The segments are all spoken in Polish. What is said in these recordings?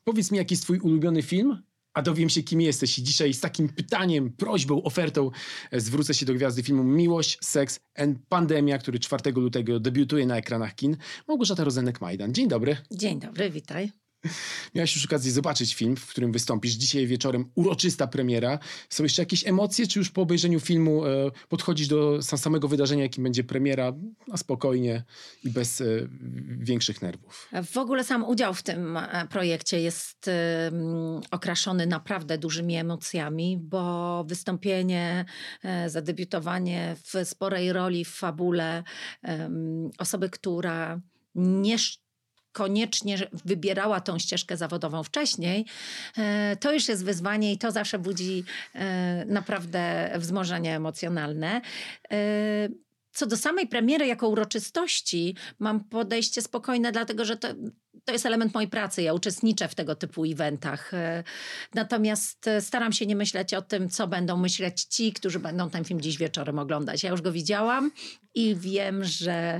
Powiedz mi, jaki jest twój ulubiony film, a dowiem się, kim jesteś. I dzisiaj z takim pytaniem, prośbą, ofertą zwrócę się do gwiazdy filmu Miłość, Seks and Pandemia, który 4 lutego debiutuje na ekranach kin. Małgorzata Rozenek-Majdan. Dzień dobry. Dzień dobry, witaj. Miałaś już okazję zobaczyć film, w którym wystąpisz. Dzisiaj wieczorem uroczysta premiera. Są jeszcze jakieś emocje, czy już po obejrzeniu filmu podchodzisz do samego wydarzenia, jakim będzie premiera, na spokojnie i bez większych nerwów? W ogóle sam udział w tym projekcie jest okraszony naprawdę dużymi emocjami, bo wystąpienie, zadebiutowanie w sporej roli w fabule osoby, która koniecznie wybierała tą ścieżkę zawodową wcześniej, to już jest wyzwanie i to zawsze budzi naprawdę wzmożenie emocjonalne. Co do samej premiery jako uroczystości mam podejście spokojne, dlatego że to jest element mojej pracy. Ja uczestniczę w tego typu eventach. Natomiast staram się nie myśleć o tym, co będą myśleć ci, którzy będą ten film dziś wieczorem oglądać. Ja już go widziałam i wiem, że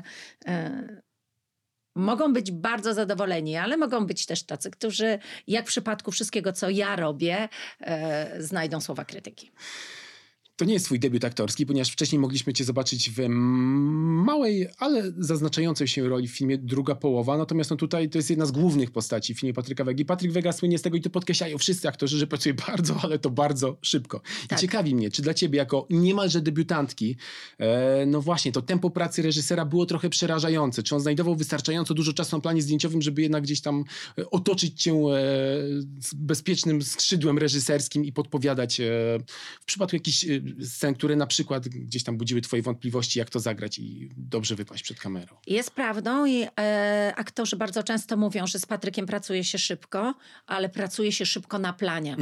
mogą być bardzo zadowoleni, ale mogą być też tacy, którzy, jak w przypadku wszystkiego, co ja robię, znajdą słowa krytyki. To nie jest twój debiut aktorski, ponieważ wcześniej mogliśmy cię zobaczyć w małej, ale zaznaczającej się roli w filmie Druga połowa. Natomiast tutaj to jest jedna z głównych postaci w filmie Patryka Wegi. Patryk Wega słynie z tego i to podkreślają wszyscy aktorzy, że pracuje bardzo, ale to bardzo szybko. Tak. I ciekawi mnie, czy dla ciebie jako niemalże debiutantki, no właśnie, to tempo pracy reżysera było trochę przerażające. Czy on znajdował wystarczająco dużo czasu na planie zdjęciowym, żeby jednak gdzieś tam otoczyć cię bezpiecznym skrzydłem reżyserskim i podpowiadać w przypadku jakichś scen, które na przykład gdzieś tam budziły twoje wątpliwości, jak to zagrać i dobrze wypaść przed kamerą? Jest prawdą i aktorzy bardzo często mówią, że z Patrykiem pracuje się szybko, ale pracuje się szybko na planie.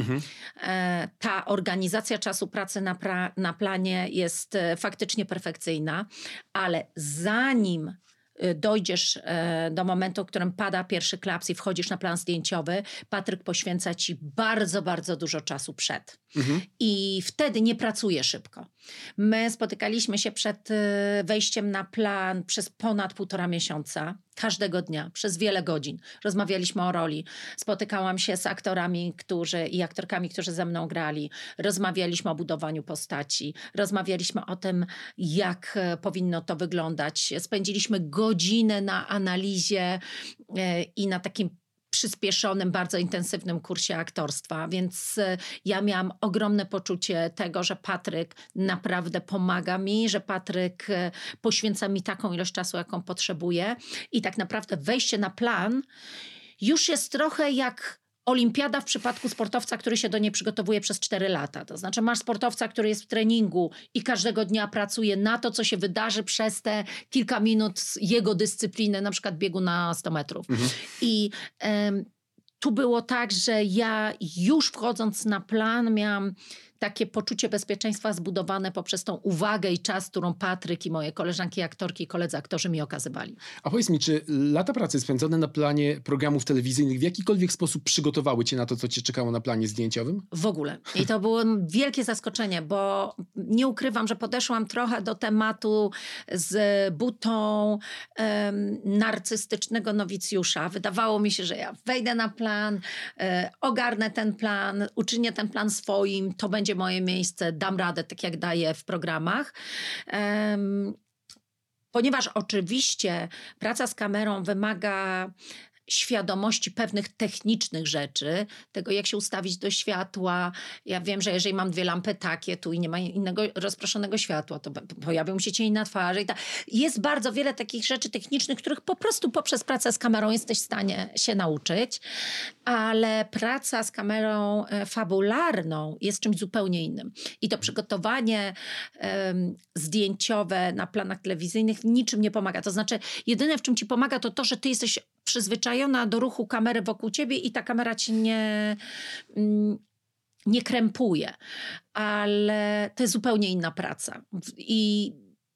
Ta organizacja czasu pracy na planie jest faktycznie perfekcyjna, ale zanim dojdziesz do momentu, w którym pada pierwszy klaps i wchodzisz na plan zdjęciowy, Patryk poświęca ci bardzo, bardzo dużo czasu przed. I wtedy nie pracuje szybko. My spotykaliśmy się przed wejściem na plan przez ponad 1,5 miesiąca. Każdego dnia, przez wiele godzin. Rozmawialiśmy o roli. Spotykałam się z aktorami i aktorkami, którzy ze mną grali. Rozmawialiśmy o budowaniu postaci. Rozmawialiśmy o tym, jak powinno to wyglądać. Spędziliśmy godzinę na analizie i na takim przyspieszonym, bardzo intensywnym kursie aktorstwa, więc ja miałam ogromne poczucie tego, że Patryk naprawdę pomaga mi, że Patryk poświęca mi taką ilość czasu, jaką potrzebuję i tak naprawdę wejście na plan już jest trochę jak olimpiada w przypadku sportowca, który się do niej przygotowuje przez 4 lata. To znaczy masz sportowca, który jest w treningu i każdego dnia pracuje na to, co się wydarzy przez te kilka minut z jego dyscypliny, na przykład biegu na 100 metrów. I tu było tak, że ja już wchodząc na plan miałam takie poczucie bezpieczeństwa zbudowane poprzez tą uwagę i czas, którą Patryk i moje koleżanki aktorki i koledzy aktorzy mi okazywali. A powiedz mi, czy lata pracy spędzone na planie programów telewizyjnych w jakikolwiek sposób przygotowały cię na to, co cię czekało na planie zdjęciowym? W ogóle. I to było wielkie zaskoczenie, bo nie ukrywam, że podeszłam trochę do tematu z butą narcystycznego nowicjusza. Wydawało mi się, że ja wejdę na plan, ogarnę ten plan, uczynię ten plan swoim, to będzie moje miejsce, dam radę, tak jak daję w programach. Ponieważ oczywiście praca z kamerą wymaga świadomości pewnych technicznych rzeczy, tego jak się ustawić do światła. Ja wiem, że jeżeli mam 2 lampy takie tu i nie ma innego rozproszonego światła, to pojawią się cienie na twarzy. Jest bardzo wiele takich rzeczy technicznych, których po prostu poprzez pracę z kamerą jesteś w stanie się nauczyć, ale praca z kamerą fabularną jest czymś zupełnie innym. I to przygotowanie zdjęciowe na planach telewizyjnych niczym nie pomaga. To znaczy, jedyne w czym ci pomaga to, że ty jesteś przyzwyczajona do ruchu kamery wokół ciebie i ta kamera ci nie krępuje. Ale to jest zupełnie inna praca. I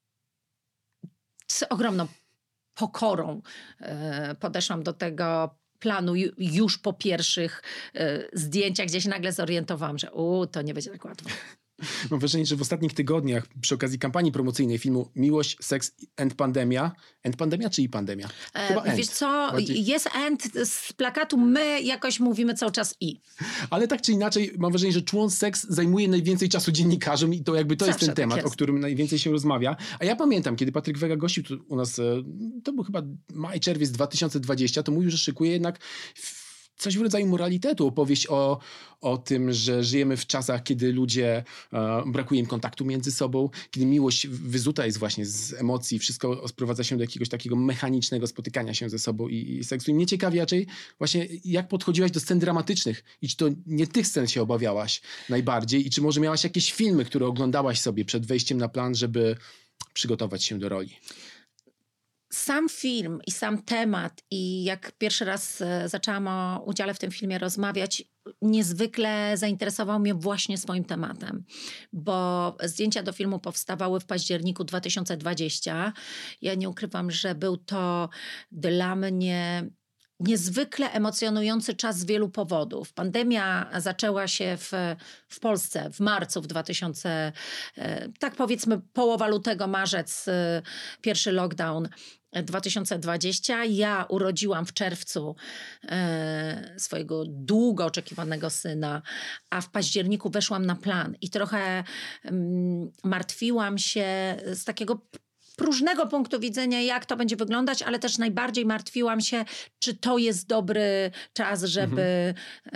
z ogromną pokorą podeszłam do tego planu już po pierwszych zdjęciach, gdzie się nagle zorientowałam, że to nie będzie tak łatwo. Mam wrażenie, że w ostatnich tygodniach przy okazji kampanii promocyjnej filmu Miłość, Seks and Pandemia. End pandemia czy i pandemia? Chyba Wiesz end. co, jest end z plakatu, my jakoś mówimy cały czas i. Ale tak czy inaczej mam wrażenie, że człon seks zajmuje najwięcej czasu dziennikarzom i to jakby to jest Zawsze ten temat, tak jest. o którym najwięcej się rozmawia. A ja pamiętam, kiedy Patryk Wega gościł tu u nas, to był chyba maj, czerwiec 2020, to mówił, że szykuje jednak coś w rodzaju moralitetu, opowieść o tym, że żyjemy w czasach, kiedy ludzie, brakuje im kontaktu między sobą, kiedy miłość wyzuta jest właśnie z emocji, wszystko sprowadza się do jakiegoś takiego mechanicznego spotykania się ze sobą i seksu. I mnie ciekawi raczej właśnie, jak podchodziłaś do scen dramatycznych i czy to nie tych scen się obawiałaś najbardziej i czy może miałaś jakieś filmy, które oglądałaś sobie przed wejściem na plan, żeby przygotować się do roli? Sam film i sam temat i jak pierwszy raz zaczęłam o udziale w tym filmie rozmawiać, niezwykle zainteresował mnie właśnie swoim tematem, bo zdjęcia do filmu powstawały w październiku 2020. Ja nie ukrywam, że był to dla mnie niezwykle emocjonujący czas z wielu powodów. Pandemia zaczęła się w Polsce w marcu 2000, tak powiedzmy połowa lutego, marzec, pierwszy lockdown 2020. Ja urodziłam w czerwcu swojego długo oczekiwanego syna, a w październiku weszłam na plan i trochę martwiłam się z takiego próżnego punktu widzenia, jak to będzie wyglądać, ale też najbardziej martwiłam się, czy to jest dobry czas, żeby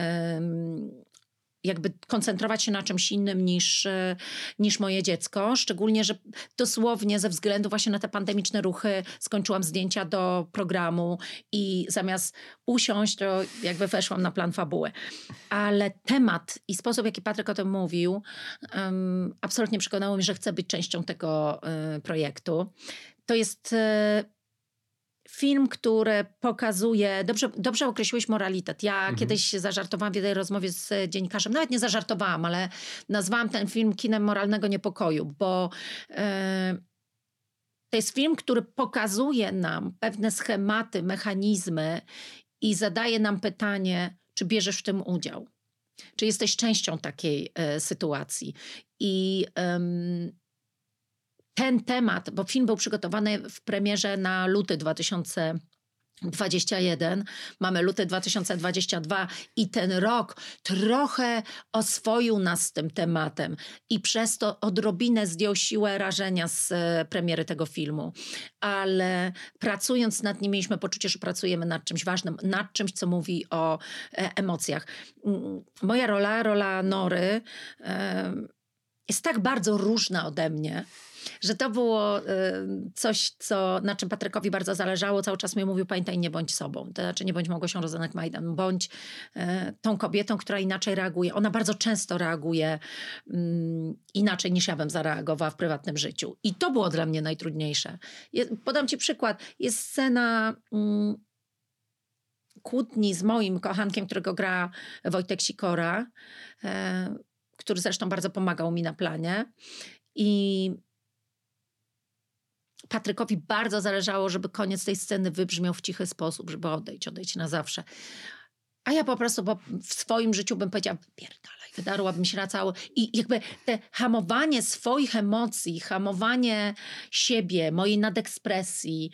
jakby koncentrować się na czymś innym niż moje dziecko. Szczególnie, że dosłownie ze względu właśnie na te pandemiczne ruchy skończyłam zdjęcia do programu i zamiast usiąść, to jakby weszłam na plan fabuły. Ale temat i sposób, jaki Patryk o tym mówił, absolutnie przekonało mnie, że chcę być częścią tego projektu. To jest film, który pokazuje, dobrze określiłeś moralitet. Ja kiedyś zażartowałam w jednej rozmowie z dziennikarzem, nawet nie zażartowałam, ale nazwałam ten film kinem moralnego niepokoju, bo to jest film, który pokazuje nam pewne schematy, mechanizmy i zadaje nam pytanie, czy bierzesz w tym udział? Czy jesteś częścią takiej sytuacji? I ten temat, bo film był przygotowany w premierze na luty 2021, mamy luty 2022 i ten rok trochę oswoił nas z tym tematem i przez to odrobinę zdjął siłę rażenia z premiery tego filmu. Ale pracując nad nim mieliśmy poczucie, że pracujemy nad czymś ważnym, nad czymś, co mówi o emocjach. Moja rola Nory jest tak bardzo różna ode mnie, że to było coś, na czym Patrykowi bardzo zależało. Cały czas mi mówił, pamiętaj, nie bądź sobą. To znaczy nie bądź Małgosią Rozenek-Majdan. Bądź tą kobietą, która inaczej reaguje. Ona bardzo często reaguje inaczej niż ja bym zareagowała w prywatnym życiu. I to było dla mnie najtrudniejsze. Podam ci przykład. Jest scena kłótni z moim kochankiem, którego gra Wojtek Sikora, który zresztą bardzo pomagał mi na planie. I Patrykowi bardzo zależało, żeby koniec tej sceny wybrzmiał w cichy sposób, żeby odejdź na zawsze. A ja po prostu w swoim życiu bym powiedziała, pierdalaj, wydarłabym się na cały. I jakby te hamowanie swoich emocji, hamowanie siebie, mojej nadekspresji,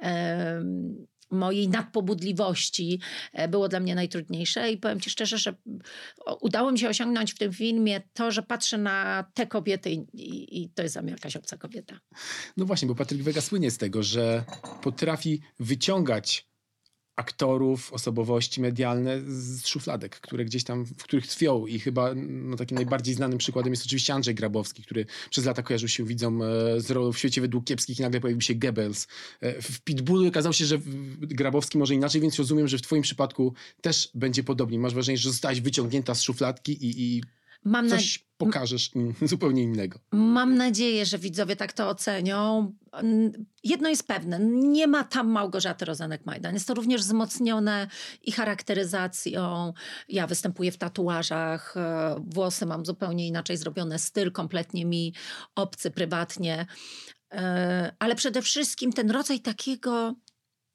mojej nadpobudliwości było dla mnie najtrudniejsze i powiem ci szczerze, że udało mi się osiągnąć w tym filmie to, że patrzę na te kobiety i to jest dla mnie jakaś obca kobieta. No właśnie, bo Patryk Wega słynie z tego, że potrafi wyciągać aktorów, osobowości medialne z szufladek, które gdzieś tam, w których tkwią i chyba takim najbardziej znanym przykładem jest oczywiście Andrzej Grabowski, który przez lata kojarzył się widzom z rolą w Świecie według kiepskich i nagle pojawił się Goebbels. W Pitbullu okazało się, że Grabowski może inaczej, więc rozumiem, że w twoim przypadku też będzie podobnie. Masz wrażenie, że zostałaś wyciągnięta z szufladki i coś pokażesz zupełnie innego. Mam nadzieję, że widzowie tak to ocenią. Jedno jest pewne, nie ma tam Małgorzaty Rozenek-Majdan. Jest to również wzmocnione i charakteryzacją. Ja występuję w tatuażach, włosy mam zupełnie inaczej zrobione, styl kompletnie mi obcy prywatnie. Ale przede wszystkim ten rodzaj takiego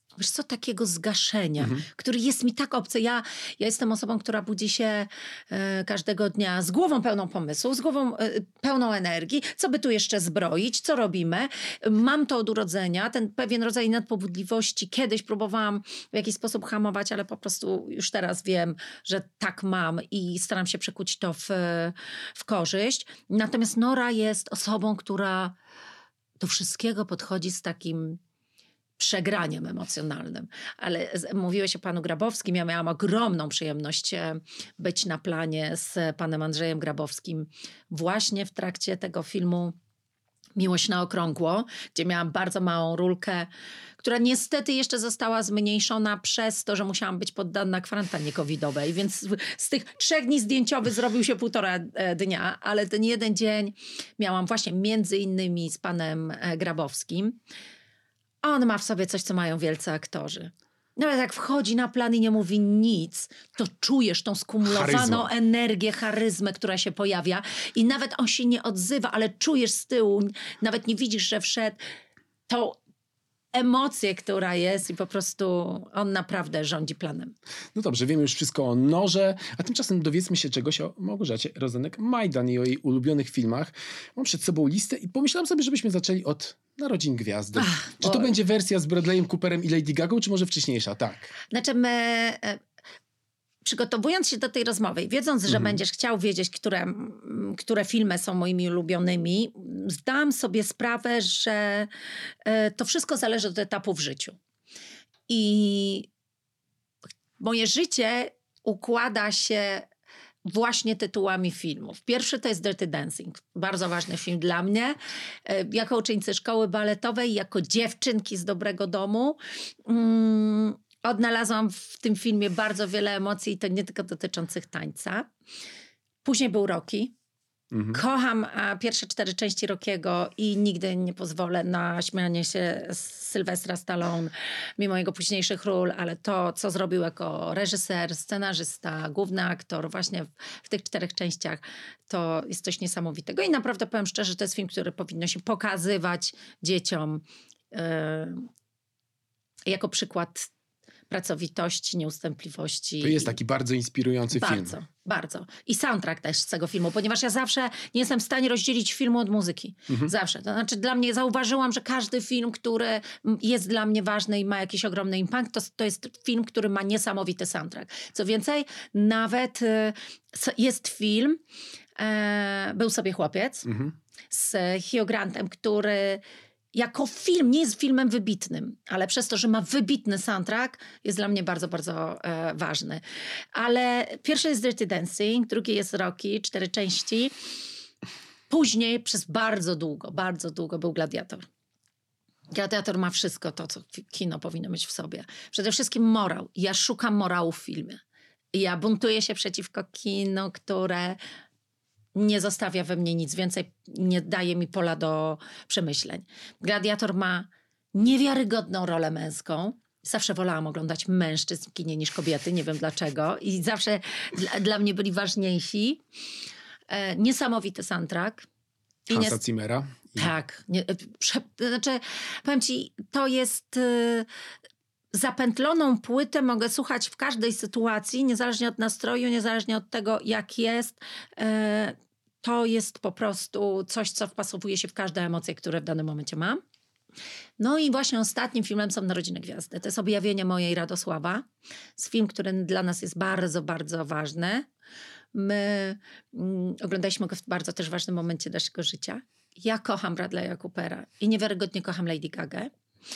wiesz co, takiego zgaszenia, który jest mi tak obcy. Ja jestem osobą, która budzi się każdego dnia z głową pełną pomysłów, z głową pełną energii. Co by tu jeszcze zbroić? Co robimy? Mam to od urodzenia, ten pewien rodzaj nadpobudliwości. Kiedyś próbowałam w jakiś sposób hamować, ale po prostu już teraz wiem, że tak mam i staram się przekuć to w korzyść. Natomiast Nora jest osobą, która do wszystkiego podchodzi z takim przegraniem emocjonalnym. Ale mówiłeś o panu Grabowskim. Ja miałam ogromną przyjemność być na planie z panem Andrzejem Grabowskim właśnie w trakcie tego filmu Miłość na okrągło, gdzie miałam bardzo małą rólkę, która niestety jeszcze została zmniejszona przez to, że musiałam być poddana kwarantannie covidowej, więc z tych 3 dni zdjęciowych zrobił się 1,5 dnia, ale ten jeden dzień miałam właśnie między innymi z panem Grabowskim. On ma w sobie coś, co mają wielcy aktorzy. Nawet jak wchodzi na plan i nie mówi nic, to czujesz tą skumulowaną energię, charyzmę, która się pojawia i nawet on się nie odzywa, ale czujesz z tyłu, nawet nie widzisz, że wszedł, tą emocję, która jest i po prostu on naprawdę rządzi planem. No dobrze, wiemy już wszystko o Norze, a tymczasem dowiedzmy się czegoś o Małgorzacie Rozenek-Majdan i o jej ulubionych filmach. Mam przed sobą listę i pomyślałam sobie, żebyśmy zaczęli od Narodzin Gwiazdy. Czy to będzie wersja z Bradleyem Cooperem i Lady Gagą, czy może wcześniejsza? Tak. Znaczy przygotowując się do tej rozmowy, wiedząc, że będziesz chciał wiedzieć, które filmy są moimi ulubionymi, zdałam sobie sprawę, że to wszystko zależy od etapu w życiu. I moje życie układa się właśnie tytułami filmów. Pierwszy to jest Dirty Dancing. Bardzo ważny film dla mnie. Jako uczennicy szkoły baletowej, jako dziewczynki z dobrego domu, odnalazłam w tym filmie bardzo wiele emocji i to nie tylko dotyczących tańca. Później był Rocky. Kocham pierwsze 4 części Rockiego i nigdy nie pozwolę na śmianie się z Sylwestra Stallone, mimo jego późniejszych ról, ale to, co zrobił jako reżyser, scenarzysta, główny aktor właśnie w tych 4 częściach, to jest coś niesamowitego. I naprawdę powiem szczerze, to jest film, który powinno się pokazywać dzieciom jako przykład pracowitości, nieustępliwości. To jest taki bardzo inspirujący film. Bardzo, bardzo. I soundtrack też z tego filmu, ponieważ ja zawsze nie jestem w stanie rozdzielić filmu od muzyki. Zawsze. To znaczy dla mnie, zauważyłam, że każdy film, który jest dla mnie ważny i ma jakiś ogromny impact, to jest film, który ma niesamowity soundtrack. Co więcej, nawet jest film Był sobie chłopiec z Hugh Grantem, który jako film nie jest filmem wybitnym, ale przez to, że ma wybitny soundtrack, jest dla mnie bardzo, bardzo ważny. Ale pierwszy jest Dirty Dancing, drugi jest Rocky, 4 części. Później przez bardzo długo był Gladiator. Gladiator ma wszystko to, co kino powinno mieć w sobie. Przede wszystkim morał. Ja szukam morału w filmie. Ja buntuję się przeciwko kinu, które nie zostawia we mnie nic więcej, nie daje mi pola do przemyśleń. Gladiator ma niewiarygodną rolę męską. Zawsze wolałam oglądać mężczyzn w kinie niż kobiety, nie wiem dlaczego. I zawsze dla mnie byli ważniejsi. Niesamowity soundtrack. Hansa Zimmera. Tak. Znaczy, powiem ci, to jest... Zapętloną płytę mogę słuchać w każdej sytuacji, niezależnie od nastroju, niezależnie od tego, jak jest. To jest po prostu coś, co wpasowuje się w każde emocje, które w danym momencie mam. No i właśnie ostatnim filmem są Narodziny Gwiazdy. To jest Objawienie mojej Radosława. Jest film, który dla nas jest bardzo, bardzo ważny. My oglądaliśmy go w bardzo też ważnym momencie naszego życia. Ja kocham Bradley'a Coopera i niewiarygodnie kocham Lady Gagę.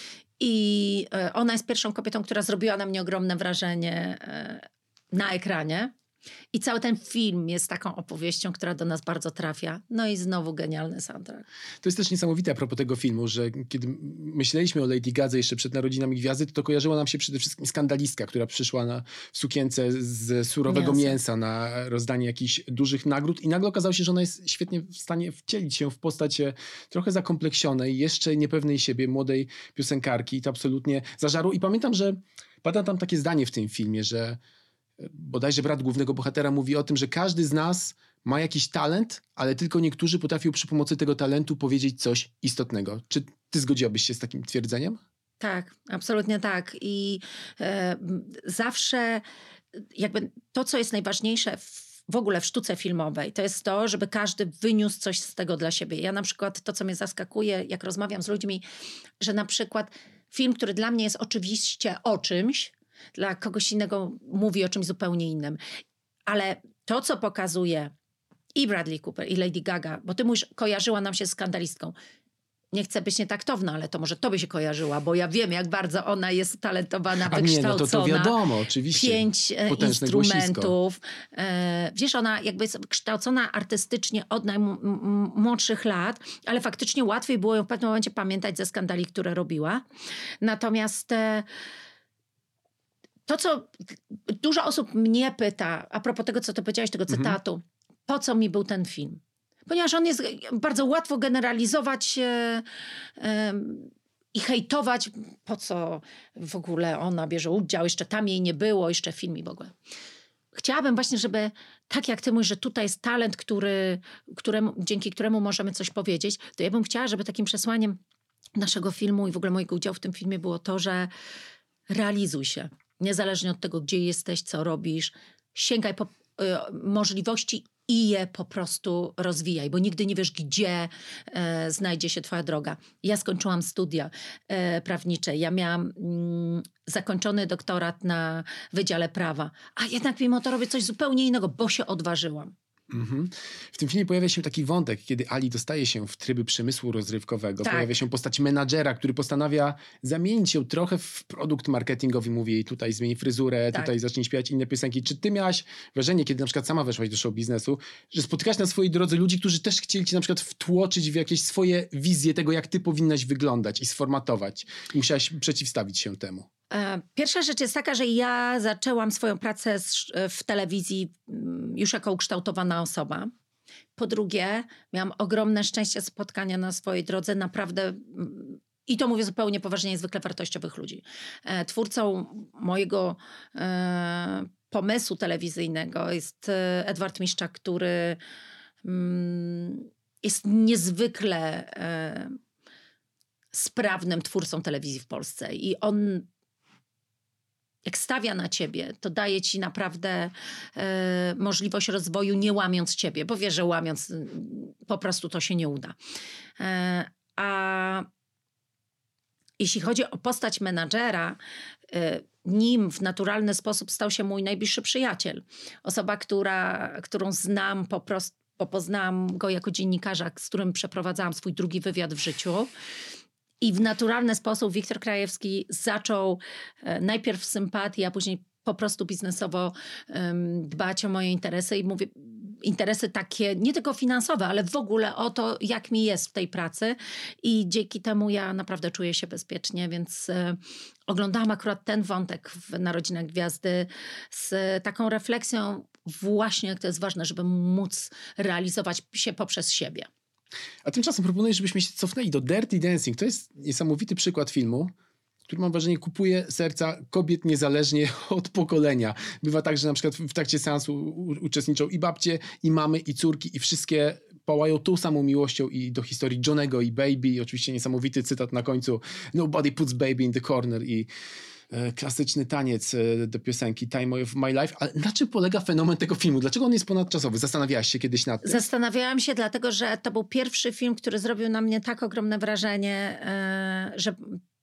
I ona jest pierwszą kobietą, która zrobiła na mnie ogromne wrażenie na ekranie. I cały ten film jest taką opowieścią, która do nas bardzo trafia. No i znowu genialny soundtrack. To jest też niesamowite a propos tego filmu, że kiedy myśleliśmy o Lady Gadze jeszcze przed Narodzinami Gwiazdy, to kojarzyła nam się przede wszystkim skandalistka, która przyszła w sukience z surowego mięsa na rozdanie jakichś dużych nagród i nagle okazało się, że ona jest świetnie w stanie wcielić się w postać trochę zakompleksionej, jeszcze niepewnej siebie, młodej piosenkarki i to absolutnie zażarło. I pamiętam, że pada tam takie zdanie w tym filmie, że bodajże brat głównego bohatera mówi o tym, że każdy z nas ma jakiś talent, ale tylko niektórzy potrafią przy pomocy tego talentu powiedzieć coś istotnego. Czy ty zgodziłabyś się z takim twierdzeniem? Tak, absolutnie tak. I zawsze jakby to, co jest najważniejsze w ogóle w sztuce filmowej, to jest to, żeby każdy wyniósł coś z tego dla siebie. Ja na przykład to, co mnie zaskakuje, jak rozmawiam z ludźmi, że na przykład film, który dla mnie jest oczywiście o czymś, dla kogoś innego mówi o czymś zupełnie innym. Ale to, co pokazuje i Bradley Cooper, i Lady Gaga, bo ty mówisz, kojarzyła nam się z skandalistką. Nie chcę być nietaktowna, ale to może tobie się kojarzyła, bo ja wiem, jak bardzo ona jest utalentowana, wykształcona. To wiadomo, oczywiście. 5 instrumentów. Wiesz, ona jakby jest kształcona artystycznie od najmłodszych lat, ale faktycznie łatwiej było ją w pewnym momencie pamiętać ze skandali, które robiła. Natomiast to, co dużo osób mnie pyta, a propos tego, co ty powiedziałeś, tego cytatu, po co mi był ten film? Ponieważ on jest bardzo łatwo generalizować i hejtować, po co w ogóle ona bierze udział, jeszcze tam jej nie było, jeszcze film i w ogóle. Chciałabym właśnie, żeby tak jak ty mówisz, że tutaj jest talent, dzięki któremu możemy coś powiedzieć, to ja bym chciała, żeby takim przesłaniem naszego filmu i w ogóle mojego udziału w tym filmie było to, że realizuj się. Niezależnie od tego, gdzie jesteś, co robisz, sięgaj po możliwości i je po prostu rozwijaj, bo nigdy nie wiesz, gdzie znajdzie się twoja droga. Ja skończyłam studia prawnicze. Ja miałam zakończony doktorat na Wydziale Prawa, a jednak mimo to robię coś zupełnie innego, bo się odważyłam. W tym filmie pojawia się taki wątek, kiedy Ali dostaje się w tryby przemysłu rozrywkowego. Tak. Pojawia się postać menadżera, który postanawia zamienić się trochę w produkt marketingowy. Mówi jej tutaj zmień fryzurę, tutaj zacznij śpiewać inne piosenki. Czy ty miałaś wrażenie, kiedy na przykład sama weszłaś do show biznesu, że spotykałaś na swojej drodze ludzi, którzy też chcieli cię na przykład wtłoczyć w jakieś swoje wizje tego, jak ty powinnaś wyglądać i sformatować. I musiałaś przeciwstawić się temu. Pierwsza rzecz jest taka, że ja zaczęłam swoją pracę w telewizji już jako ukształtowana osoba. Po drugie, miałam ogromne szczęście spotkania na swojej drodze naprawdę, i to mówię zupełnie poważnie, niezwykle wartościowych ludzi. Twórcą mojego pomysłu telewizyjnego jest Edward Miszczak, który jest niezwykle sprawnym twórcą telewizji w Polsce i on jak stawia na ciebie, to daje ci naprawdę możliwość rozwoju, nie łamiąc ciebie, bo wie, że łamiąc po prostu to się nie uda. A jeśli chodzi o postać menadżera, nim w naturalny sposób stał się mój najbliższy przyjaciel. Osoba, którą znam po prostu, bo poznałam go jako dziennikarza, z którym przeprowadzałam swój drugi wywiad w życiu. I w naturalny sposób Wiktor Krajewski zaczął najpierw w sympatii, a później po prostu biznesowo dbać o moje interesy. I mówię, interesy takie nie tylko finansowe, ale w ogóle o to, jak mi jest w tej pracy. I dzięki temu ja naprawdę czuję się bezpiecznie, więc oglądałam akurat ten wątek w Narodzinach Gwiazdy z taką refleksją właśnie, jak to jest ważne, żeby móc realizować się poprzez siebie. A tymczasem proponuję, żebyśmy się cofnęli do Dirty Dancing. To jest niesamowity przykład filmu, który mam wrażenie kupuje serca kobiet niezależnie od pokolenia. Bywa tak, że na przykład w trakcie seansu uczestniczą i babcie, i mamy, i córki, i wszystkie pałają tą samą miłością i do historii Johnego i Baby. I oczywiście niesamowity cytat na końcu Nobody puts baby in the corner i klasyczny taniec do piosenki Time of My Life. Ale na czym polega fenomen tego filmu? Dlaczego on jest ponadczasowy? Zastanawiałaś się kiedyś nad tym? Zastanawiałam się, dlatego że to był pierwszy film, który zrobił na mnie tak ogromne wrażenie, że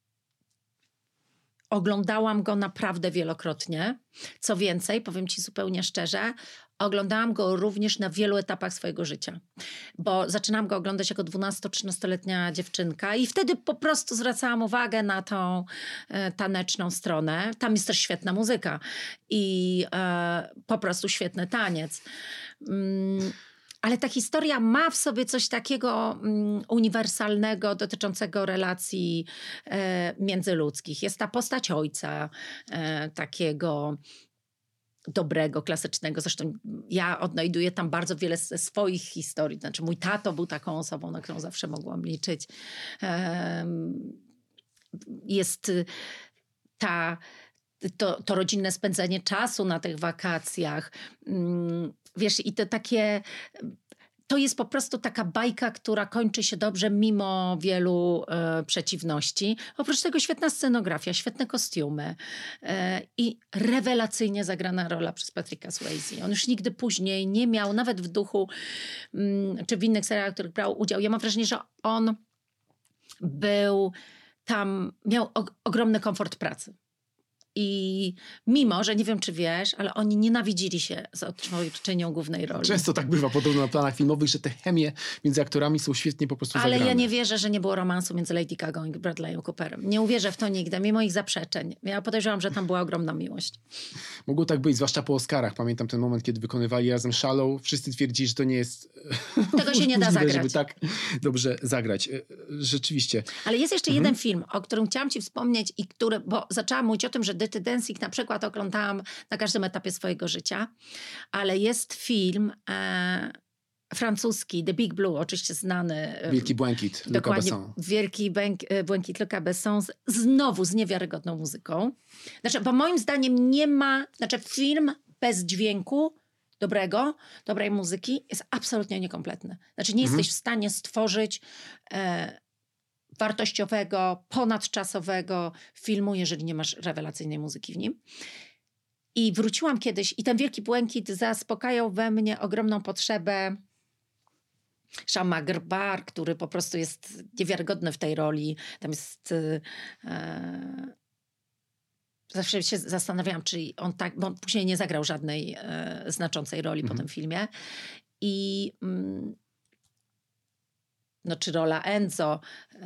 oglądałam go naprawdę wielokrotnie. Co więcej, powiem ci zupełnie szczerze, oglądałam go również na wielu etapach swojego życia. Bo zaczynałam go oglądać jako 12-13-letnia dziewczynka i wtedy po prostu zwracałam uwagę na tą taneczną stronę. Tam jest też świetna muzyka i po prostu świetny taniec. Ale ta historia ma w sobie coś takiego uniwersalnego dotyczącego relacji międzyludzkich. Jest ta postać ojca, takiego dobrego, klasycznego. Zresztą ja odnajduję tam bardzo wiele ze swoich historii. Znaczy mój tato był taką osobą, na którą zawsze mogłam liczyć. Jest to rodzinne spędzenie czasu na tych wakacjach. Wiesz, i to takie to jest po prostu taka bajka, która kończy się dobrze mimo wielu przeciwności. Oprócz tego świetna scenografia, świetne kostiumy i rewelacyjnie zagrana rola przez Patricka Swayze. On już nigdy później nie miał, nawet w Duchu czy w innych serialach, w których brał udział. Ja mam wrażenie, że on był tam, miał ogromny komfort pracy. I mimo, że nie wiem, czy wiesz, ale oni nienawidzili się z odtwórczynią głównej roli. Często tak bywa podobno na planach filmowych, że te chemie między aktorami są świetnie po prostu zagrane. Ale ja nie wierzę, że nie było romansu między Lady Gagą i Bradleyem Cooperem. Nie uwierzę w to nigdy, mimo ich zaprzeczeń. Ja podejrzewam, że tam była ogromna miłość. Mogło tak być, zwłaszcza po Oscarach. Pamiętam ten moment, kiedy wykonywali razem Shallow. Wszyscy twierdzili, że to nie jest tego się nie da zagrać, żeby tak dobrze zagrać. Rzeczywiście. Ale jest jeszcze jeden film, o którym chciałam ci wspomnieć i który, bo zaczęłam mówić o tym, że Dirty Dancing na przykład oglądałam na każdym etapie swojego życia, ale jest film francuski, The Big Blue, oczywiście znany. Wielki Błękit, Luca Besson. Wielki Błękit Luca Besson, znowu z niewiarygodną muzyką. Znaczy, bo moim zdaniem nie ma, film bez dźwięku dobrej muzyki jest absolutnie niekompletny. Znaczy nie jesteś w stanie stworzyć wartościowego, ponadczasowego filmu, jeżeli nie masz rewelacyjnej muzyki w nim. I wróciłam kiedyś i ten Wielki Błękit zaspokajał we mnie ogromną potrzebę Shama Grbar, który po prostu jest niewiarygodny w tej roli. Tam jest... Zawsze się zastanawiałam, czy on tak... Bo on później nie zagrał żadnej znaczącej roli po tym filmie. I... czy rola Enzo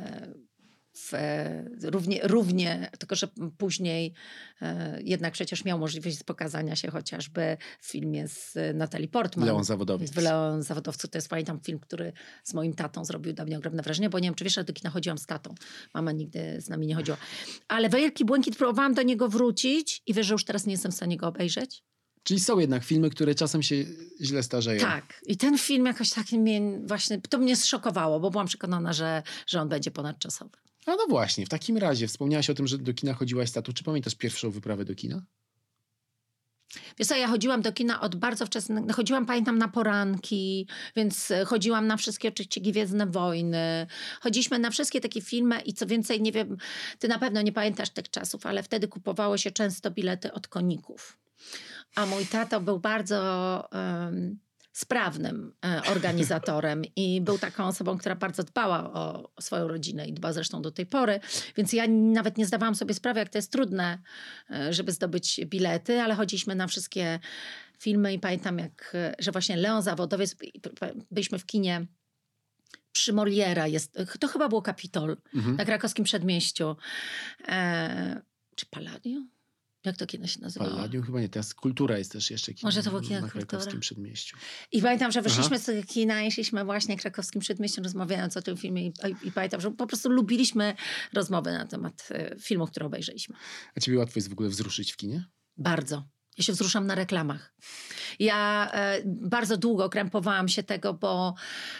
równie, tylko że później jednak przecież miał możliwość pokazania się chociażby w filmie z Natalie Portman. Leon Zawodowiec. W Leon Zawodowcu. To jest, pamiętam, film, który z moim tatą zrobił dla mnie ogromne wrażenie, bo nie wiem, czy wiesz, ale do kina chodziłam z tatą. Mama nigdy z nami nie chodziła. Ale Wielki Błękit próbowałam do niego wrócić i wiesz, że już teraz nie jestem w stanie go obejrzeć? Czyli są jednak filmy, które czasem się źle starzeją. Tak. I ten film jakoś tak mnie właśnie, to mnie zszokowało, bo byłam przekonana, że on będzie ponadczasowy. No właśnie, w takim razie wspomniałaś o tym, że do kina chodziłaś z tatą. Czy pamiętasz pierwszą wyprawę do kina? Wiesz co, ja chodziłam do kina od bardzo wczesnych, pamiętam, na poranki, więc chodziłam na wszystkie oczywiście Gwiezdne Wojny. Chodziliśmy na wszystkie takie filmy i co więcej, nie wiem, ty na pewno nie pamiętasz tych czasów, ale wtedy kupowało się często bilety od koników. A mój tato był bardzo sprawnym organizatorem i był taką osobą, która bardzo dbała o swoją rodzinę i dba zresztą do tej pory. Więc ja nawet nie zdawałam sobie sprawy, jak to jest trudne, żeby zdobyć bilety, ale chodziliśmy na wszystkie filmy i pamiętam, że właśnie Leon Zawodowiec, byliśmy w kinie przy Moliera, to chyba było Kapitol, na Krakowskim Przedmieściu. Czy Palladium? Jak to kino się nazywało? Palladium chyba nie, teraz Kultura jest też jeszcze kino. Może to było kino na Kultura? Krakowskim Przedmieściu. I pamiętam, że wyszliśmy z tego kina i szliśmy właśnie Krakowskim Przedmieściem, rozmawiając o tym filmie i pamiętam, że po prostu lubiliśmy rozmowy na temat filmów, które obejrzeliśmy. A ciebie łatwo jest w ogóle wzruszyć w kinie? Bardzo. Ja się wzruszam na reklamach. Ja bardzo długo krępowałam się tego, bo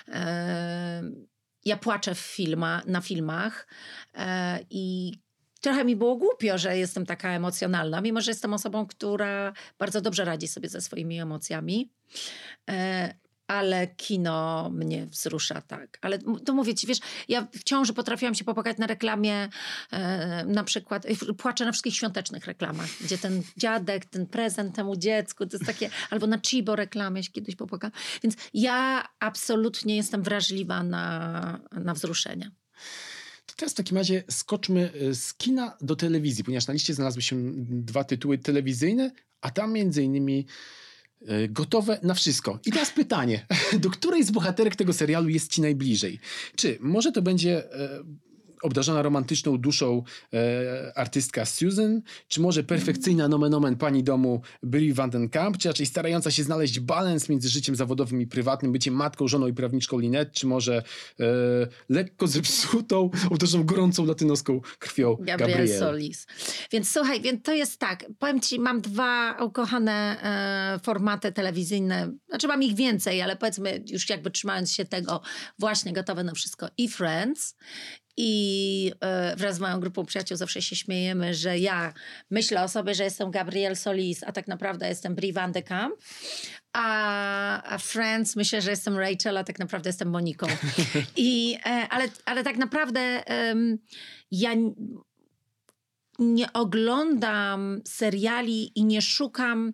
ja płaczę na filmach i trochę mi było głupio, że jestem taka emocjonalna, mimo że jestem osobą, która bardzo dobrze radzi sobie ze swoimi emocjami. Ale kino mnie wzrusza, tak. Ale to mówię ci, wiesz, ja w ciąży potrafiłam się popłakać na reklamie, na przykład, płaczę na wszystkich świątecznych reklamach, gdzie ten dziadek, ten prezent temu dziecku, to jest takie, albo na Chibo reklamie się kiedyś popłakałam. Więc ja absolutnie jestem wrażliwa na wzruszenia. To teraz w takim razie skoczmy z kina do telewizji, ponieważ na liście znalazły się 2 tytuły telewizyjne, a tam między innymi Gotowe na wszystko. I teraz pytanie, do której z bohaterek tego serialu jest ci najbliżej? Czy może to będzie obdarzona romantyczną duszą artystka Susan, czy może perfekcyjna nomen omen pani domu Brie Van den Kamp, czy raczej starająca się znaleźć balans między życiem zawodowym i prywatnym, byciem matką, żoną i prawniczką Lynette, czy może lekko zepsutą, obdarzoną gorącą latynoską krwią Gabrielle Solis. Więc słuchaj, to jest tak, powiem ci, mam 2 ukochane formaty telewizyjne, znaczy mam ich więcej, ale powiedzmy już jakby trzymając się tego właśnie Gotowe na wszystko i Friends. I wraz z moją grupą przyjaciół zawsze się śmiejemy, że ja myślę o sobie, że jestem Gabrielle Solis, a tak naprawdę jestem Brie Van de Kamp. A Friends myślę, że jestem Rachel, a tak naprawdę jestem Moniką. Ale tak naprawdę ja nie oglądam seriali i nie szukam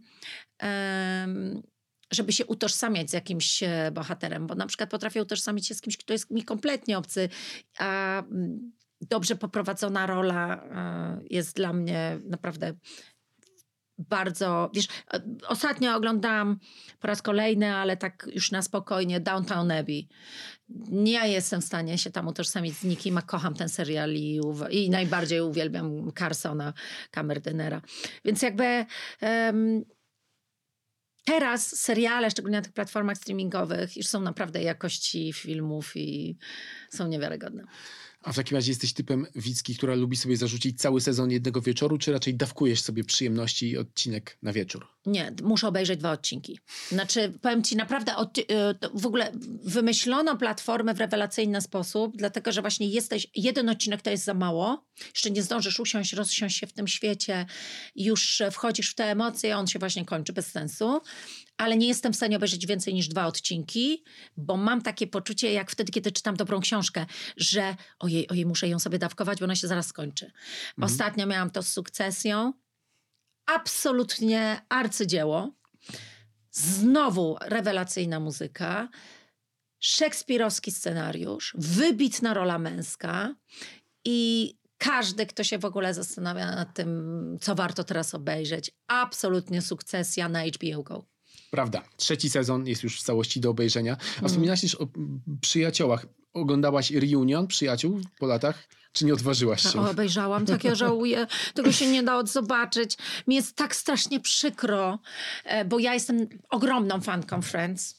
żeby się utożsamiać z jakimś bohaterem, bo na przykład potrafię utożsamić się z kimś, kto jest mi kompletnie obcy, a dobrze poprowadzona rola jest dla mnie naprawdę bardzo... Wiesz, ostatnio oglądałam po raz kolejny, ale tak już na spokojnie, Downton Abbey. Nie jestem w stanie się tam utożsamić z nikim, a kocham ten serial i najbardziej uwielbiam Carsona, kamerdynera. Więc jakby... Teraz seriale, szczególnie na tych platformach streamingowych, już są naprawdę jakości filmów i są niewiarygodne. A w takim razie jesteś typem Wicki, która lubi sobie zarzucić cały sezon jednego wieczoru, czy raczej dawkujesz sobie przyjemności i odcinek na wieczór? Nie, muszę obejrzeć 2 odcinki. Znaczy, powiem ci, naprawdę w ogóle wymyślono platformę w rewelacyjny sposób, dlatego, że właśnie jeden odcinek to jest za mało. Jeszcze nie zdążysz usiąść, rozsiąść się w tym świecie. Już wchodzisz w te emocje, on się właśnie kończy bez sensu. Ale nie jestem w stanie obejrzeć więcej niż 2 odcinki, bo mam takie poczucie, jak wtedy, kiedy czytam dobrą książkę, że ojej, muszę ją sobie dawkować, bo ona się zaraz skończy. Ostatnio miałam to z Sukcesją. Absolutnie arcydzieło. Znowu rewelacyjna muzyka. Szekspirowski scenariusz. Wybitna rola męska. I każdy, kto się w ogóle zastanawia nad tym, co warto teraz obejrzeć, absolutnie Sukcesja na HBO Go. Prawda. 3. sezon jest już w całości do obejrzenia. A wspominałaś też o przyjaciołach. Oglądałaś reunion przyjaciół po latach? Czy nie odważyłaś się? Obejrzałam, tak ja żałuję. Tego się nie da zobaczyć. Mi jest tak strasznie przykro, bo ja jestem ogromną fanką Friends.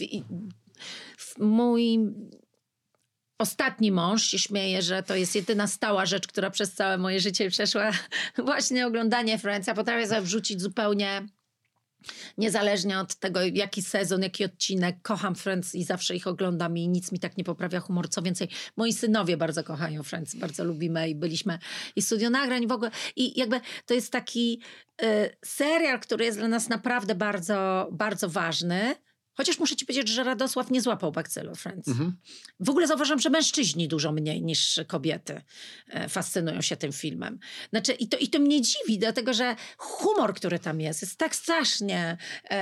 Mój ostatni mąż się śmieje, że to jest jedyna stała rzecz, która przez całe moje życie przeszła. Właśnie oglądanie Friends. Ja potrafię sobie wrzucić zupełnie niezależnie od tego, jaki sezon, jaki odcinek. Kocham Friends i zawsze ich oglądam i nic mi tak nie poprawia humor. Co więcej, moi synowie bardzo kochają Friends, bardzo lubimy i byliśmy i studio nagrań w ogóle. I jakby to jest taki serial, który jest dla nas naprawdę bardzo, bardzo ważny. Chociaż muszę ci powiedzieć, że Radosław nie złapał bakcylu Friends. W ogóle zauważam, że mężczyźni dużo mniej niż kobiety fascynują się tym filmem. Znaczy, i to mnie dziwi, dlatego że humor, który tam jest tak strasznie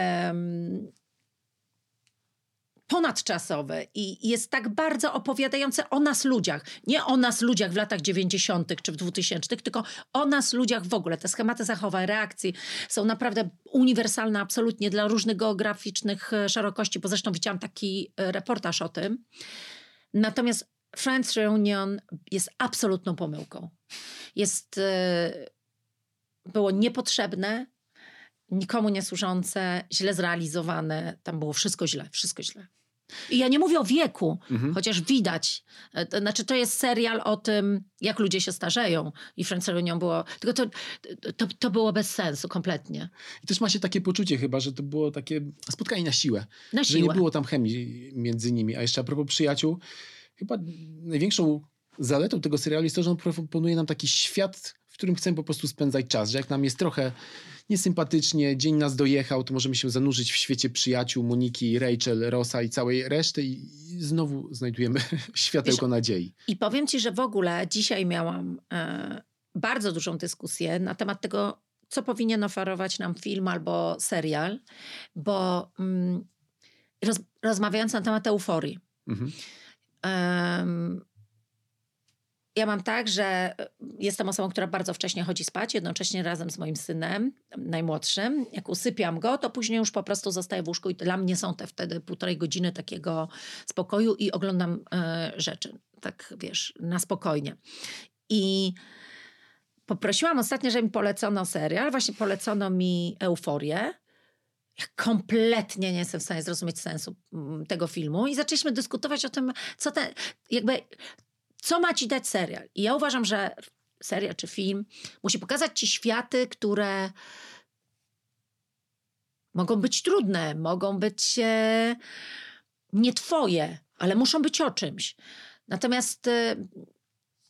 ponadczasowy i jest tak bardzo opowiadający o nas ludziach. Nie o nas ludziach w latach 90. czy w 2000, tylko o nas ludziach w ogóle. Te schematy zachowań, reakcji są naprawdę uniwersalne absolutnie dla różnych geograficznych szerokości, bo zresztą widziałam taki reportaż o tym. Natomiast Friends Reunion jest absolutną pomyłką. Było niepotrzebne, nikomu nie służące, źle zrealizowane. Tam było wszystko źle, wszystko źle. I ja nie mówię o wieku, chociaż widać. Znaczy, to jest serial o tym, jak ludzie się starzeją. I Friends Reunion było... Tylko to było bez sensu kompletnie. I też ma się takie poczucie chyba, że to było takie spotkanie na siłę. Na że siłę. nie było tam chemii między nimi. A jeszcze a propos przyjaciół, chyba największą zaletą tego serialu jest to, że on proponuje nam taki świat, w którym chcemy po prostu spędzać czas. Że jak nam jest trochę niesympatycznie, dzień nas dojechał, to możemy się zanurzyć w świecie przyjaciół Moniki, Rachel, Rossa i całej reszty i znowu znajdujemy światełko nadziei. I powiem ci, że w ogóle dzisiaj miałam bardzo dużą dyskusję na temat tego, co powinien oferować nam film albo serial, bo rozmawiając na temat euforii. Ja mam tak, że jestem osobą, która bardzo wcześnie chodzi spać, jednocześnie razem z moim synem, najmłodszym. Jak usypiam go, to później już po prostu zostaję w łóżku i dla mnie są te wtedy 1,5 godziny takiego spokoju i oglądam rzeczy, tak wiesz, na spokojnie. I poprosiłam ostatnio, żeby mi polecono serial, właśnie polecono mi Euforię. Ja kompletnie nie jestem w stanie zrozumieć sensu tego filmu i zaczęliśmy dyskutować o tym, co ma ci dać serial. I ja uważam, że serial czy film musi pokazać ci światy, które mogą być trudne, mogą być nie twoje, ale muszą być o czymś. Natomiast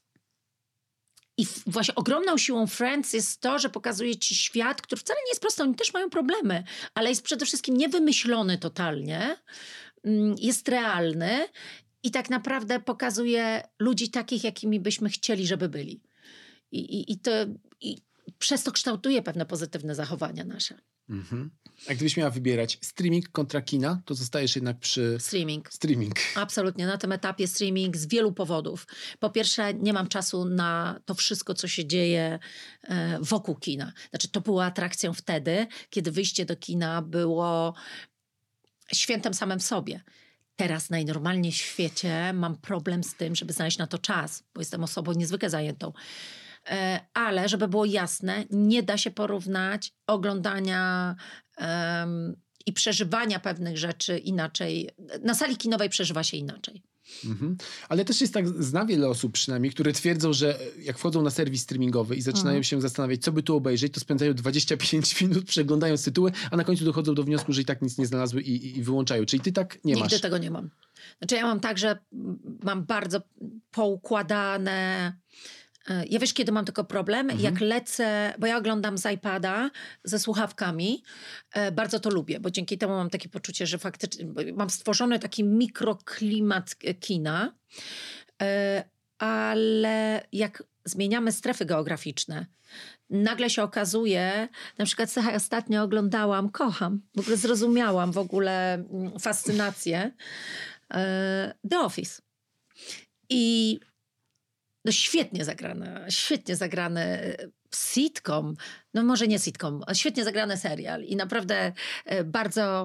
I właśnie ogromną siłą Friends jest to, że pokazuje ci świat, który wcale nie jest prosty. Oni też mają problemy, ale jest przede wszystkim niewymyślony totalnie. Jest realny i tak naprawdę pokazuje ludzi takich, jakimi byśmy chcieli, żeby byli. I przez to kształtuje pewne pozytywne zachowania nasze. A gdybyś miała wybierać streaming kontra kina, to zostajesz jednak przy... Streaming. Absolutnie. Na tym etapie streaming z wielu powodów. Po pierwsze, nie mam czasu na to wszystko, co się dzieje wokół kina. Znaczy, to była atrakcją wtedy, kiedy wyjście do kina było świętem samym w sobie. Teraz najnormalniej w świecie mam problem z tym, żeby znaleźć na to czas, bo jestem osobą niezwykle zajętą. Ale żeby było jasne, nie da się porównać oglądania i przeżywania pewnych rzeczy inaczej. Na sali kinowej przeżywa się inaczej. Ale też jest tak, znam wiele osób przynajmniej, które twierdzą, że jak wchodzą na serwis streamingowy i zaczynają się zastanawiać, co by tu obejrzeć, to spędzają 25 minut, przeglądając tytuły, a na końcu dochodzą do wniosku, że i tak nic nie znalazły i wyłączają. Czyli ty tak nie masz? Nigdy tego nie mam. Znaczy ja mam tak, że mam bardzo poukładane... Ja wiesz, kiedy mam tylko problem? Jak lecę, bo ja oglądam z iPada ze słuchawkami, bardzo to lubię, bo dzięki temu mam takie poczucie, że faktycznie mam stworzony taki mikroklimat kina, ale jak zmieniamy strefy geograficzne, nagle się okazuje, na przykład ostatnio oglądałam, kocham, w ogóle zrozumiałam fascynację The Office. I no świetnie zagrany sitcom, no może nie sitcom, a świetnie zagrany serial i naprawdę bardzo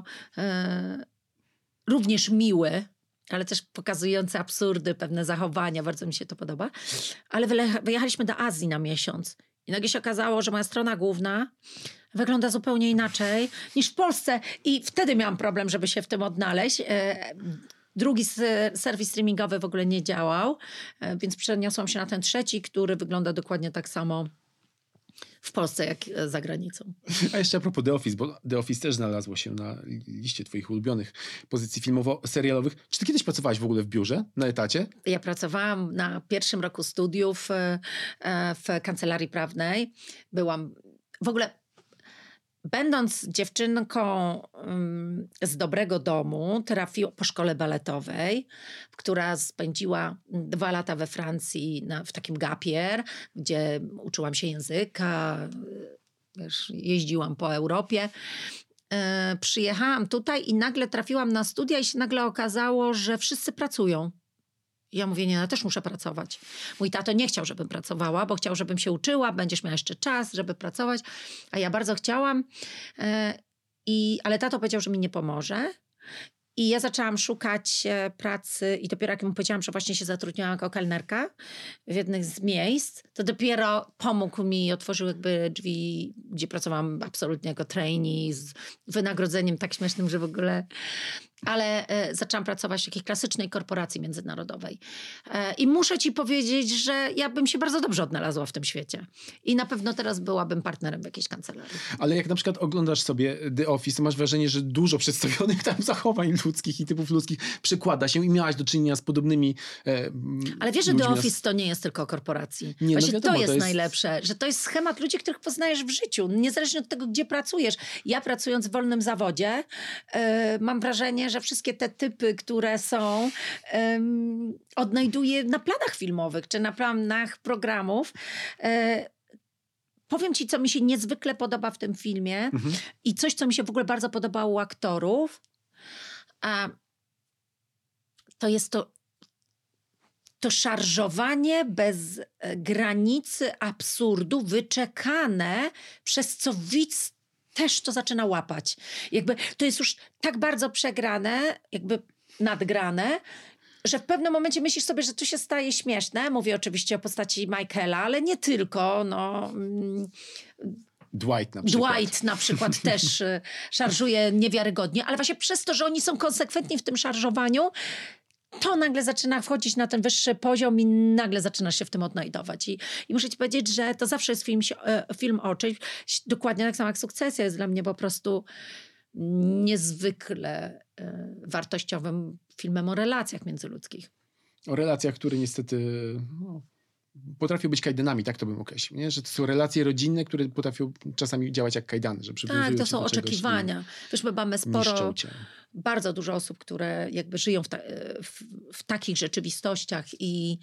również miły, ale też pokazujący absurdy, pewne zachowania, bardzo mi się to podoba. Ale wyjechaliśmy do Azji na miesiąc i nagle się okazało, że moja strona główna wygląda zupełnie inaczej niż w Polsce i wtedy miałam problem, żeby się w tym odnaleźć. Drugi serwis streamingowy w ogóle nie działał, więc przeniosłam się na ten trzeci, który wygląda dokładnie tak samo w Polsce jak za granicą. A jeszcze a propos The Office, bo The Office też znalazło się na liście twoich ulubionych pozycji filmowo-serialowych. Czy ty kiedyś pracowałaś w ogóle w biurze, na etacie? Ja pracowałam na pierwszym roku studiów w kancelarii prawnej. Byłam w ogóle... Będąc dziewczynką z dobrego domu, trafiłam po szkole baletowej, która spędziła 2 lata we Francji w takim gapier, gdzie uczyłam się języka, jeździłam po Europie. Przyjechałam tutaj i nagle trafiłam na studia i się nagle okazało, że wszyscy pracują. Ja mówię, nie, ja też muszę pracować. Mój tato nie chciał, żebym pracowała, bo chciał, żebym się uczyła, będziesz miała jeszcze czas, żeby pracować. A ja bardzo chciałam, ale tato powiedział, że mi nie pomoże. I ja zaczęłam szukać pracy i dopiero jak mu powiedziałam, że właśnie się zatrudniałam jako kelnerka w jednych z miejsc, to dopiero pomógł mi i otworzył jakby drzwi, gdzie pracowałam absolutnie jako trainee z wynagrodzeniem tak śmiesznym, że w ogóle... Ale zaczęłam pracować w takiej klasycznej korporacji międzynarodowej. I muszę ci powiedzieć, że ja bym się bardzo dobrze odnalazła w tym świecie. I na pewno teraz byłabym partnerem w jakiejś kancelarii. Ale jak na przykład oglądasz sobie The Office, to masz wrażenie, że dużo przedstawionych tam zachowań ludzkich i typów ludzkich przekłada się i miałaś do czynienia z podobnymi Ale wiesz, że The Office to nie jest tylko o korporacji. Nie, właśnie no wiadomo, to jest najlepsze, że to jest schemat ludzi, których poznajesz w życiu, niezależnie od tego, gdzie pracujesz. Ja pracując w wolnym zawodzie mam wrażenie, że wszystkie te typy, które są, odnajduję na planach filmowych czy na planach programów. Powiem ci, co mi się niezwykle podoba w tym filmie i coś, co mi się w ogóle bardzo podobało u aktorów, to jest to szarżowanie bez granicy absurdu, wyczekane, przez co widz też to zaczyna łapać. Jakby to jest już tak bardzo przegrane, jakby nadgrane, że w pewnym momencie myślisz sobie, że to się staje śmieszne. Mówię oczywiście o postaci Michaela, ale nie tylko. Dwight na przykład też szarżuje niewiarygodnie, ale właśnie przez to, że oni są konsekwentni w tym szarżowaniu, to nagle zaczyna wchodzić na ten wyższy poziom i nagle zaczynasz się w tym odnajdować. I muszę ci powiedzieć, że to zawsze jest film o czymś. Dokładnie tak samo jak Sukcesja jest dla mnie po prostu niezwykle wartościowym filmem o relacjach międzyludzkich. O relacjach, które niestety potrafią być kajdanami, tak to bym określił, nie? Że to są relacje rodzinne, które potrafią czasami działać jak kajdany, że przywiązują Tak, to cię są do czegoś i oczekiwania. Wiesz, my mamy niszczą sporo, cię. bardzo dużo osób, które jakby żyją w takich rzeczywistościach i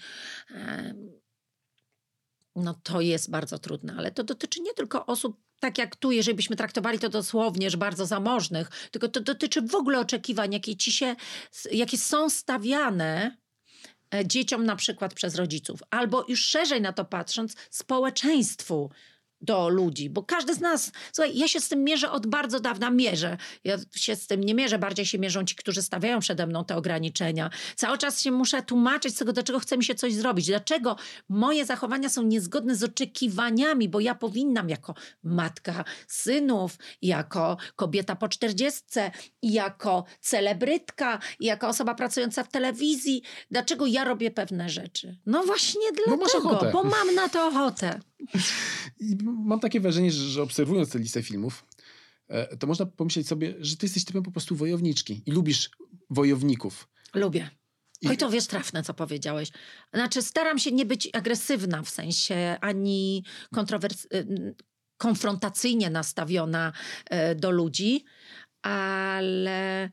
no to jest bardzo trudne, ale to dotyczy nie tylko osób, tak jak tu, jeżeli byśmy traktowali to dosłownie, że bardzo zamożnych, tylko to dotyczy w ogóle oczekiwań, jakie są stawiane dzieciom na przykład przez rodziców, albo już szerzej na to patrząc, społeczeństwu do ludzi, bo każdy z nas, słuchaj, ja się z tym mierzę od bardzo dawna, ja się z tym nie mierzę, bardziej się mierzą ci, którzy stawiają przede mną te ograniczenia. Cały czas się muszę tłumaczyć z tego, dlaczego chce mi się coś zrobić, dlaczego moje zachowania są niezgodne z oczekiwaniami, bo ja powinnam jako matka synów, jako kobieta po 40, jako celebrytka, jako osoba pracująca w telewizji, dlaczego ja robię pewne rzeczy? No właśnie Bo masz dlatego, ochotę. bo mam na to ochotę. I mam takie wrażenie, że obserwując tę listę filmów, to można pomyśleć sobie, że ty jesteś typem po prostu wojowniczki i lubisz wojowników. Lubię. Oj, to wiesz, trafne, co powiedziałeś. Znaczy, staram się nie być agresywna w sensie, ani konfrontacyjnie nastawiona do ludzi, ale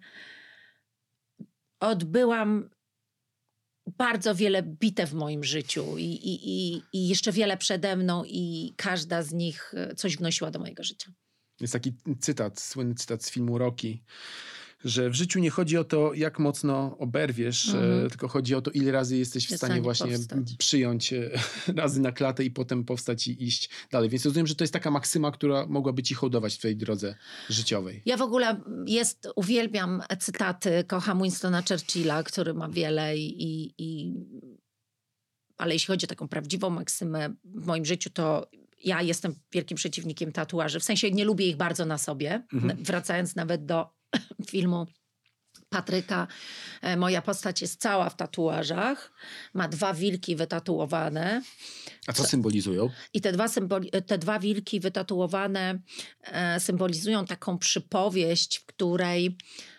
odbyłam bardzo wiele bitew w moim życiu i jeszcze wiele przede mną i każda z nich coś wnosiła do mojego życia. Jest taki cytat, słynny cytat z filmu Rocky, że w życiu nie chodzi o to, jak mocno oberwiesz, tylko chodzi o to, ile razy jesteś w stanie właśnie przyjąć razy na klatę i potem powstać i iść dalej. Więc rozumiem, że to jest taka maksyma, która mogłaby ci hołdować w twojej drodze życiowej. Ja w ogóle uwielbiam cytaty, kocham Winstona Churchilla, który ma wiele ale jeśli chodzi o taką prawdziwą maksymę w moim życiu, to ja jestem wielkim przeciwnikiem tatuaży. W sensie nie lubię ich bardzo na sobie. Wracając nawet do filmu Patryka, moja postać jest cała w tatuażach. Ma 2 wilki wytatuowane. A co symbolizują? I te dwa wilki wytatuowane symbolizują taką przypowieść, w której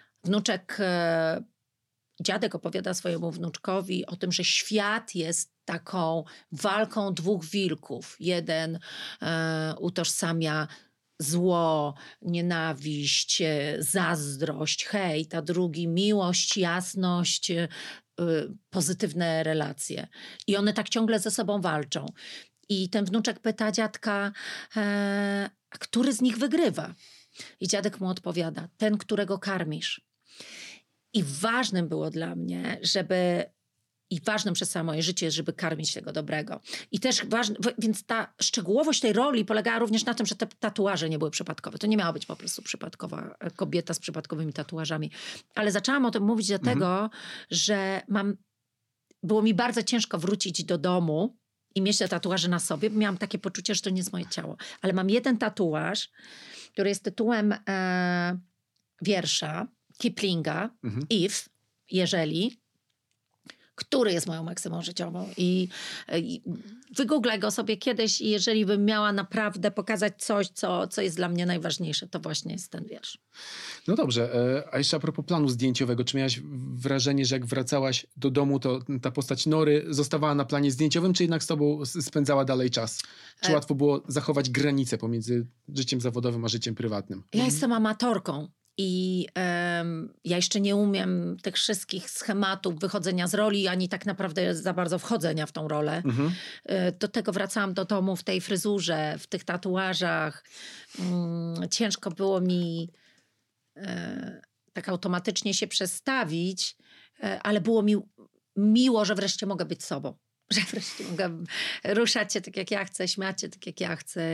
dziadek opowiada swojemu wnuczkowi o tym, że świat jest taką walką 2 wilków. Jeden utożsamia zło, nienawiść, zazdrość, hejt, a drugi miłość, jasność, pozytywne relacje. I one tak ciągle ze sobą walczą. I ten wnuczek pyta dziadka, a który z nich wygrywa? I dziadek mu odpowiada, ten, którego karmisz. I ważnym było dla mnie, ważnym przez całe moje życie jest, żeby karmić tego dobrego. I też więc ta szczegółowość tej roli polegała również na tym, że te tatuaże nie były przypadkowe. To nie miała być po prostu przypadkowa kobieta z przypadkowymi tatuażami. Ale zaczęłam o tym mówić dlatego, że było mi bardzo ciężko wrócić do domu i mieć te tatuaże na sobie, bo miałam takie poczucie, że to nie jest moje ciało. Ale mam jeden tatuaż, który jest tytułem wiersza Kiplinga, If, jeżeli, który jest moją maksymą życiową. I wygooglaj go sobie kiedyś i jeżeli bym miała naprawdę pokazać coś, co jest dla mnie najważniejsze, to właśnie jest ten wiersz. No dobrze, a jeszcze a propos planu zdjęciowego, czy miałaś wrażenie, że jak wracałaś do domu, to ta postać Nory zostawała na planie zdjęciowym, czy jednak z tobą spędzała dalej czas? Czy łatwo było zachować granicę pomiędzy życiem zawodowym a życiem prywatnym? Ja jestem amatorką. I ja jeszcze nie umiem tych wszystkich schematów wychodzenia z roli, ani tak naprawdę za bardzo wchodzenia w tą rolę. Do tego wracałam do domu w tej fryzurze, w tych tatuażach. Ciężko było mi tak automatycznie się przestawić, ale było mi miło, że wreszcie mogę być sobą. Że wreszcie mogę ruszać się tak jak ja chcę, śmiać się tak jak ja chcę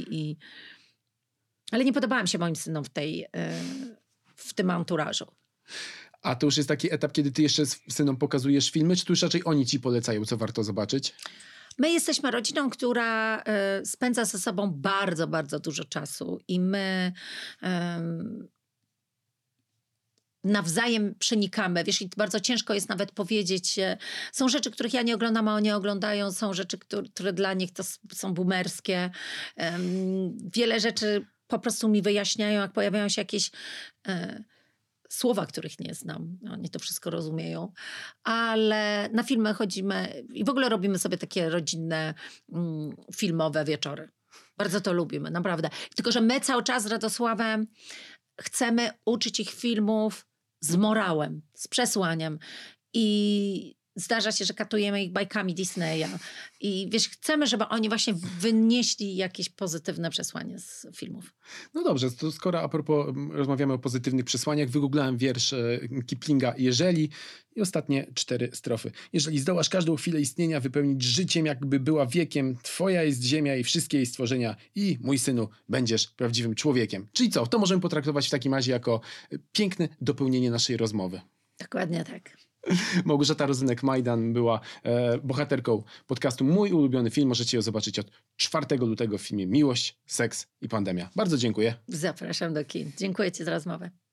ale nie podobałam się moim synom w tym anturażu. A to już jest taki etap, kiedy ty jeszcze z synom pokazujesz filmy, czy tu już raczej oni ci polecają, co warto zobaczyć? My jesteśmy rodziną, która spędza ze sobą bardzo, bardzo dużo czasu i my nawzajem przenikamy. Wiesz, i bardzo ciężko jest nawet powiedzieć, są rzeczy, których ja nie oglądam, a oni oglądają, są rzeczy, które dla nich to są boomerskie. Wiele rzeczy po prostu mi wyjaśniają, jak pojawiają się jakieś słowa, których nie znam. Oni to wszystko rozumieją. Ale na filmy chodzimy i w ogóle robimy sobie takie rodzinne, filmowe wieczory. Bardzo to lubimy, naprawdę. Tylko że my cały czas z Radosławem chcemy uczyć ich filmów z morałem, z przesłaniem. I zdarza się, że katujemy ich bajkami Disneya. I wiesz, chcemy, żeby oni właśnie wynieśli jakieś pozytywne przesłanie z filmów. No dobrze, to skoro a propos rozmawiamy o pozytywnych przesłaniach, wygooglałem wiersz Kiplinga Jeżeli i ostatnie 4 strofy. Jeżeli zdołasz każdą chwilę istnienia wypełnić życiem, jakby była wiekiem, twoja jest ziemia i wszystkie jej stworzenia i, mój synu, będziesz prawdziwym człowiekiem. Czyli co? To możemy potraktować w takim razie jako piękne dopełnienie naszej rozmowy. Dokładnie tak. Małgorzata Rozynek-Majdan była bohaterką podcastu Mój ulubiony film. Możecie ją zobaczyć od 4 lutego w filmie Miłość, Seks i Pandemia. Bardzo dziękuję. Zapraszam do kin. Dziękuję ci za rozmowę.